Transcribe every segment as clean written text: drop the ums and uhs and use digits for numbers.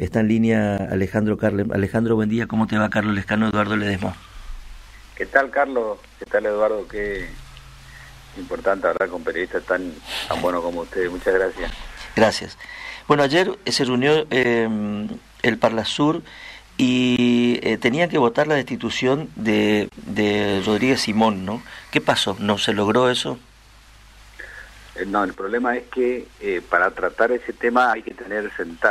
Está en línea Alejandro Carle. Alejandro, buen día. ¿Cómo te va? Carlos Lescano, Eduardo Ledesma. ¿Qué tal, Carlos? ¿Qué tal, Eduardo? Qué importante hablar con periodistas tan buenos como ustedes. Muchas gracias. Gracias. Bueno, ayer se reunió el Parlasur y tenía que votar la destitución de Rodríguez Simón, ¿no? ¿Qué pasó? ¿No se logró eso? No, el problema es que para tratar ese tema hay que tener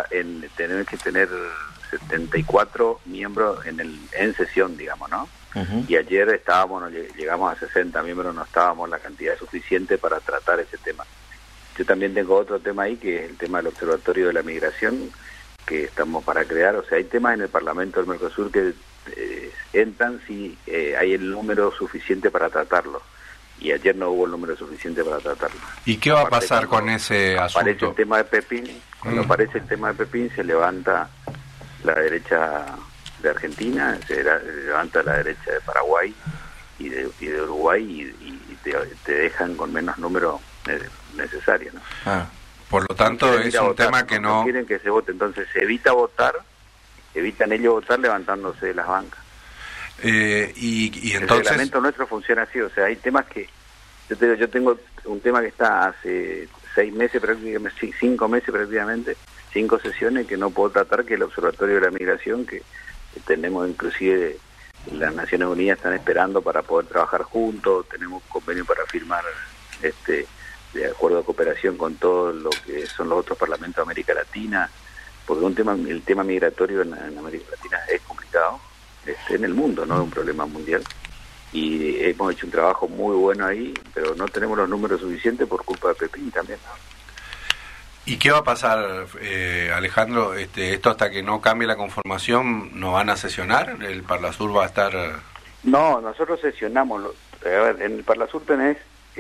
74 miembros en sesión, digamos, ¿no? Uh-huh. Y ayer llegamos a 60 miembros, no estábamos la cantidad suficiente para tratar ese tema. Yo también tengo otro tema ahí, que es el tema del Observatorio de la Migración, que estamos para crear. O sea, hay temas en el Parlamento del Mercosur que entran si hay el número suficiente para tratarlo. Y ayer no hubo el número suficiente para tratarlo. ¿Y qué va a pasar con ese asunto? Aparece el tema de Pepín. Cuando aparece el tema de Pepín, se levanta la derecha de Argentina, se levanta la derecha de Paraguay y de Uruguay y te dejan con menos número necesario, ¿no? Por lo tanto, es un tema que no quieren que se vote. Entonces se evita votar, evitan ellos votar levantándose de las bancas. Y entonces el reglamento nuestro funciona así. O sea, hay temas que yo tengo un tema que está hace 6 meses prácticamente, 5 meses prácticamente, 5 sesiones que no puedo tratar, que el Observatorio de la Migración, que tenemos inclusive las Naciones Unidas están esperando para poder trabajar juntos. Tenemos un convenio para firmar de acuerdo de cooperación con todo lo que son los otros parlamentos de América Latina, porque el tema migratorio en América Latina es complicado, en el mundo, no es un problema mundial, y hemos hecho un trabajo muy bueno ahí, pero no tenemos los números suficientes por culpa de Pepín también. ¿Y qué va a pasar, Alejandro? Esto hasta que no cambie la conformación, ¿no van a sesionar? ¿El Parlasur va a estar...? No, nosotros sesionamos. A ver, en el Parlasur tenés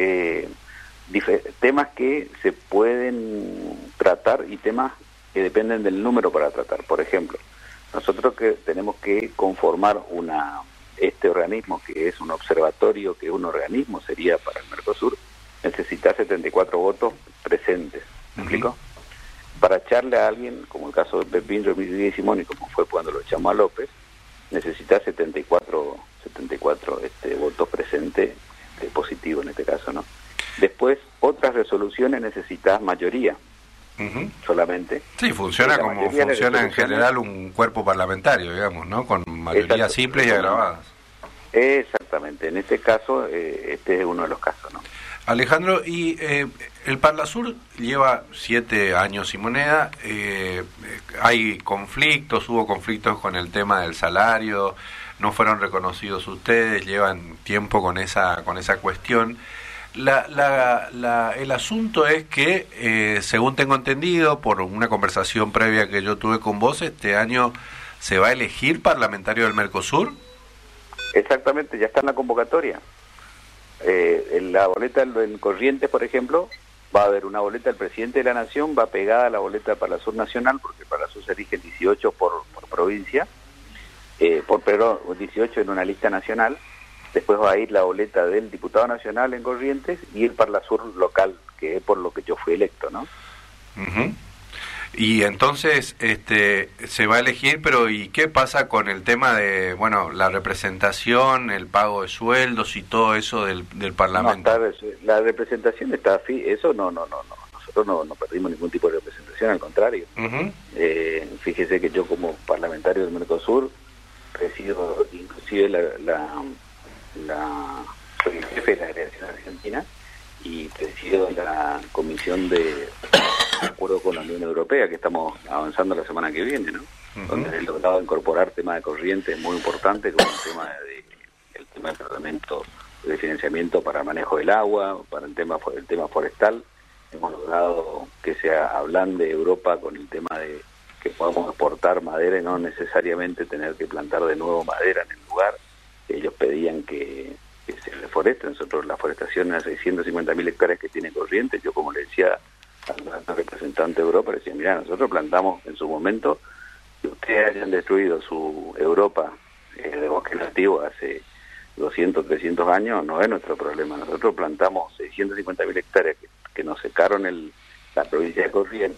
temas que se pueden tratar y temas que dependen del número para tratar. Por ejemplo, nosotros que tenemos que conformar este organismo, que es un observatorio, que un organismo sería para el Mercosur, necesita 74 votos presentes. ¿Me explico? Para echarle a alguien, como el caso de Pepín, Rodríguez y Simón, y como fue cuando lo echamos a López, necesita 74 votos presentes, positivos en este caso, ¿no? Después, otras resoluciones necesitas mayoría, solamente. Sí, funciona como funciona en general un cuerpo parlamentario, digamos, ¿no? Con mayoría simple y agravadas. Exactamente, en este caso, este es uno de los casos, ¿no? Alejandro, y el Parlasur lleva 7 años y moneda, hay conflictos, hubo conflictos con el tema del salario, no fueron reconocidos ustedes, llevan tiempo con esa cuestión. El asunto es que, según tengo entendido, por una conversación previa que yo tuve con vos, este año se va a elegir parlamentario del Mercosur. Exactamente, ya está en la convocatoria. En la boleta en Corrientes, por ejemplo, va a haber una boleta del presidente de la Nación, va pegada a la boleta del Parlasur Nacional, porque el Parlasur se elige el 18 por provincia, pero 18 en una lista nacional. Después va a ir la boleta del diputado nacional en Corrientes y el Parlasur local, que es por lo que yo fui electo, ¿no? Uh-huh. Y entonces se va a elegir, pero ¿y qué pasa con el tema de, la representación, el pago de sueldos y todo eso del Parlamento? La representación está eso no. Nosotros no perdimos ningún tipo de representación, al contrario. Uh-huh. Fíjese que yo como parlamentario del Mercosur presido inclusive soy el jefe de la delegación argentina y presido la comisión de acuerdo con la Unión Europea, que estamos avanzando la semana que viene, ¿no? Uh-huh. Donde he logrado incorporar temas de corriente muy importantes, como el tema del tratamiento de financiamiento para el manejo del agua, para el tema forestal. Hemos logrado que se ablande Europa con el tema de que podamos exportar madera y no necesariamente tener que plantar de nuevo madera en el lugar. Ellos pedían que se reforeste. Nosotros la forestación es 650.000 hectáreas que tiene Corrientes. Yo, como le decía al representante de Europa, le decía, mira, nosotros plantamos en su momento, que ustedes hayan destruido su Europa de bosque nativo hace 200, 300 años, no es nuestro problema. Nosotros plantamos 650.000 hectáreas que nos secaron la provincia de Corrientes,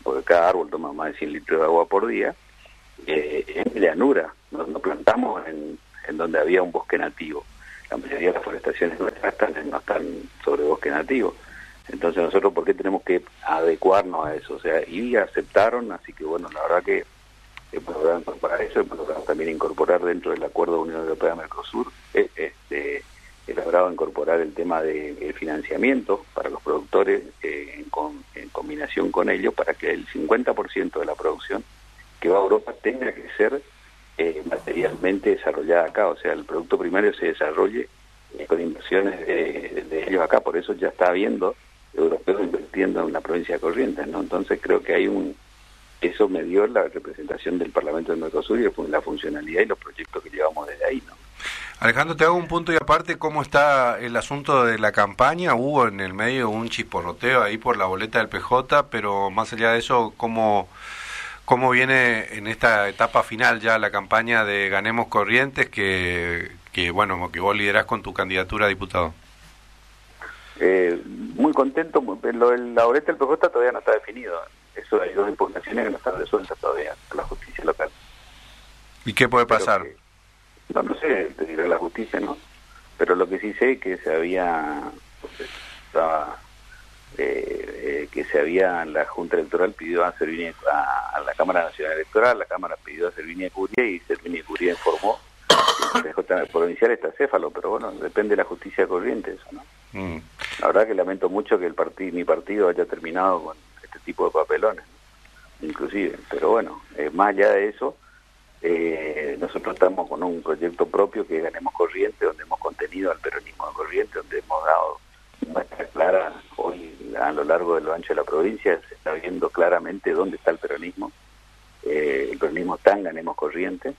porque cada árbol toma más de 100 litros de agua por día, es llanura, no plantamos en donde había un bosque nativo. La mayoría de las forestaciones nuestras no están sobre bosque nativo. Entonces nosotros, ¿por qué tenemos que adecuarnos a eso? O sea, y aceptaron, así que bueno, la verdad que hemos logrado incorporar eso, hemos logrado también incorporar dentro del Acuerdo de Unión Europea-Mercosur, he logrado incorporar el tema de financiamiento para los productores en combinación con ellos, para que el 50% de la producción que va a Europa tenga que ser materialmente desarrollada acá, o sea, el producto primario se desarrolle con inversiones de ellos acá. Por eso ya está habiendo europeos invirtiendo en la provincia de Corrientes, ¿no? Entonces creo que hay eso me dio la representación del Parlamento del Mercosur y la funcionalidad y los proyectos que llevamos desde ahí, ¿no? Alejandro, te hago un punto y aparte, ¿cómo está el asunto de la campaña? Hubo en el medio un chisporroteo ahí por la boleta del PJ, pero más allá de eso, ¿cómo viene en esta etapa final ya la campaña de Ganemos Corrientes, que bueno, que vos liderás con tu candidatura a diputado? Muy contento. La boleta del PJ todavía no está definido. Eso hay dos impugnaciones que no están resueltas todavía por la justicia local. ¿Y qué puede pasar? No sé, te diré la justicia, ¿no? Pero lo que sí sé es que la Junta Electoral pidió a la Cámara Nacional Electoral, la Cámara pidió a Servini Curia y Servini Curia informó que el PJ provincial está céfalo, pero bueno, depende de la justicia corriente eso, ¿no? La verdad que lamento mucho que mi partido haya terminado con este tipo de papelones, ¿no? Inclusive, pero bueno, más allá de eso, nosotros estamos con un proyecto propio que es Ganemos Corrientes, donde hemos contenido al peronismo de Corrientes, donde hemos dado muestra clara hoy a lo largo de lo ancho de la provincia, se está viendo claramente dónde está el peronismo. El peronismo está en Ganemos Corrientes.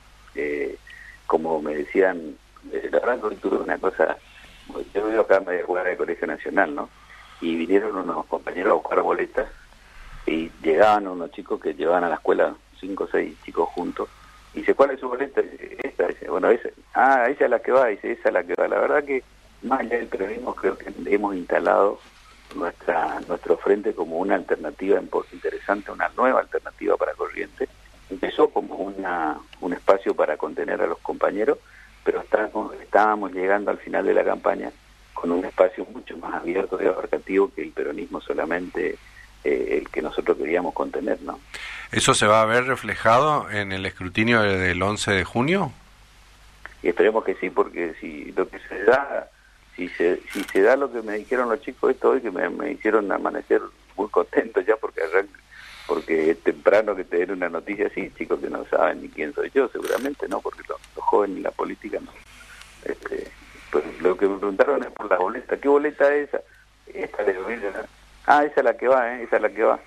Como me decían, la verdad que hoy tuve una cosa, yo vivo acá en media cuadra del Colegio Nacional, ¿no? Y vinieron unos compañeros a buscar boletas y llegaban unos chicos que llevaban a la escuela 5 o 6 chicos juntos. Y dice, ¿cuál es su boleta? Esta. Dice, bueno, esa. Ah, esa es la que va. Dice, esa es la que va. La verdad que más allá del peronismo creo que hemos instalado nuestro frente como una alternativa interesante, una nueva alternativa para Corrientes. Empezó como un espacio para contener a los compañeros, pero estábamos llegando al final de la campaña con un espacio mucho más abierto y abarcativo que el peronismo solamente el que nosotros queríamos contener, ¿no? ¿Eso se va a ver reflejado en el escrutinio del 11 de junio? Y esperemos que sí, porque si lo que se da, si se da lo que me dijeron los chicos esto hoy, que me hicieron amanecer muy contento ya, porque es temprano que te den una noticia así, chicos que no saben ni quién soy yo, seguramente, ¿no? Porque los jóvenes en la política no. Pues lo que me preguntaron es por la boleta. ¿Qué boleta es esa? Esta de gobierno, ¿no? Ah, esa es la que va, esa es la que va.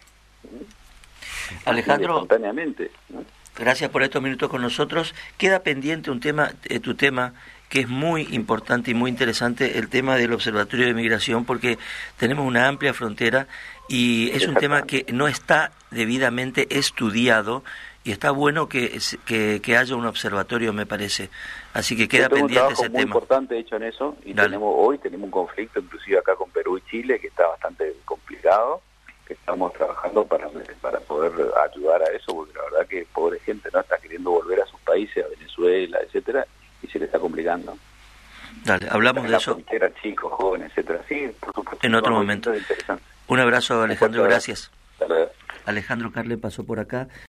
Alejandro, espontáneamente, ¿no? Gracias por estos minutos con nosotros. Queda pendiente tu tema, que es muy importante y muy interesante, el tema del Observatorio de Migración, porque tenemos una amplia frontera y es un tema que no está debidamente estudiado, y está bueno que haya un observatorio, me parece. Así que queda pendiente ese tema. Muy importante hecho en eso, y hoy tenemos un conflicto inclusive acá con Perú y Chile que está bastante complicado, que estamos trabajando para poder ayudar a eso, porque la verdad que pobre gente no está queriendo volver a sus países, a Venezuela, etcétera, y se le está complicando. Dale, hablamos de eso. Frontera, chicos, jóvenes, etcétera. Sí, por supuesto. En otro momento. Un abrazo, Alejandro, gracias. Hasta luego. Alejandro Carle pasó por acá.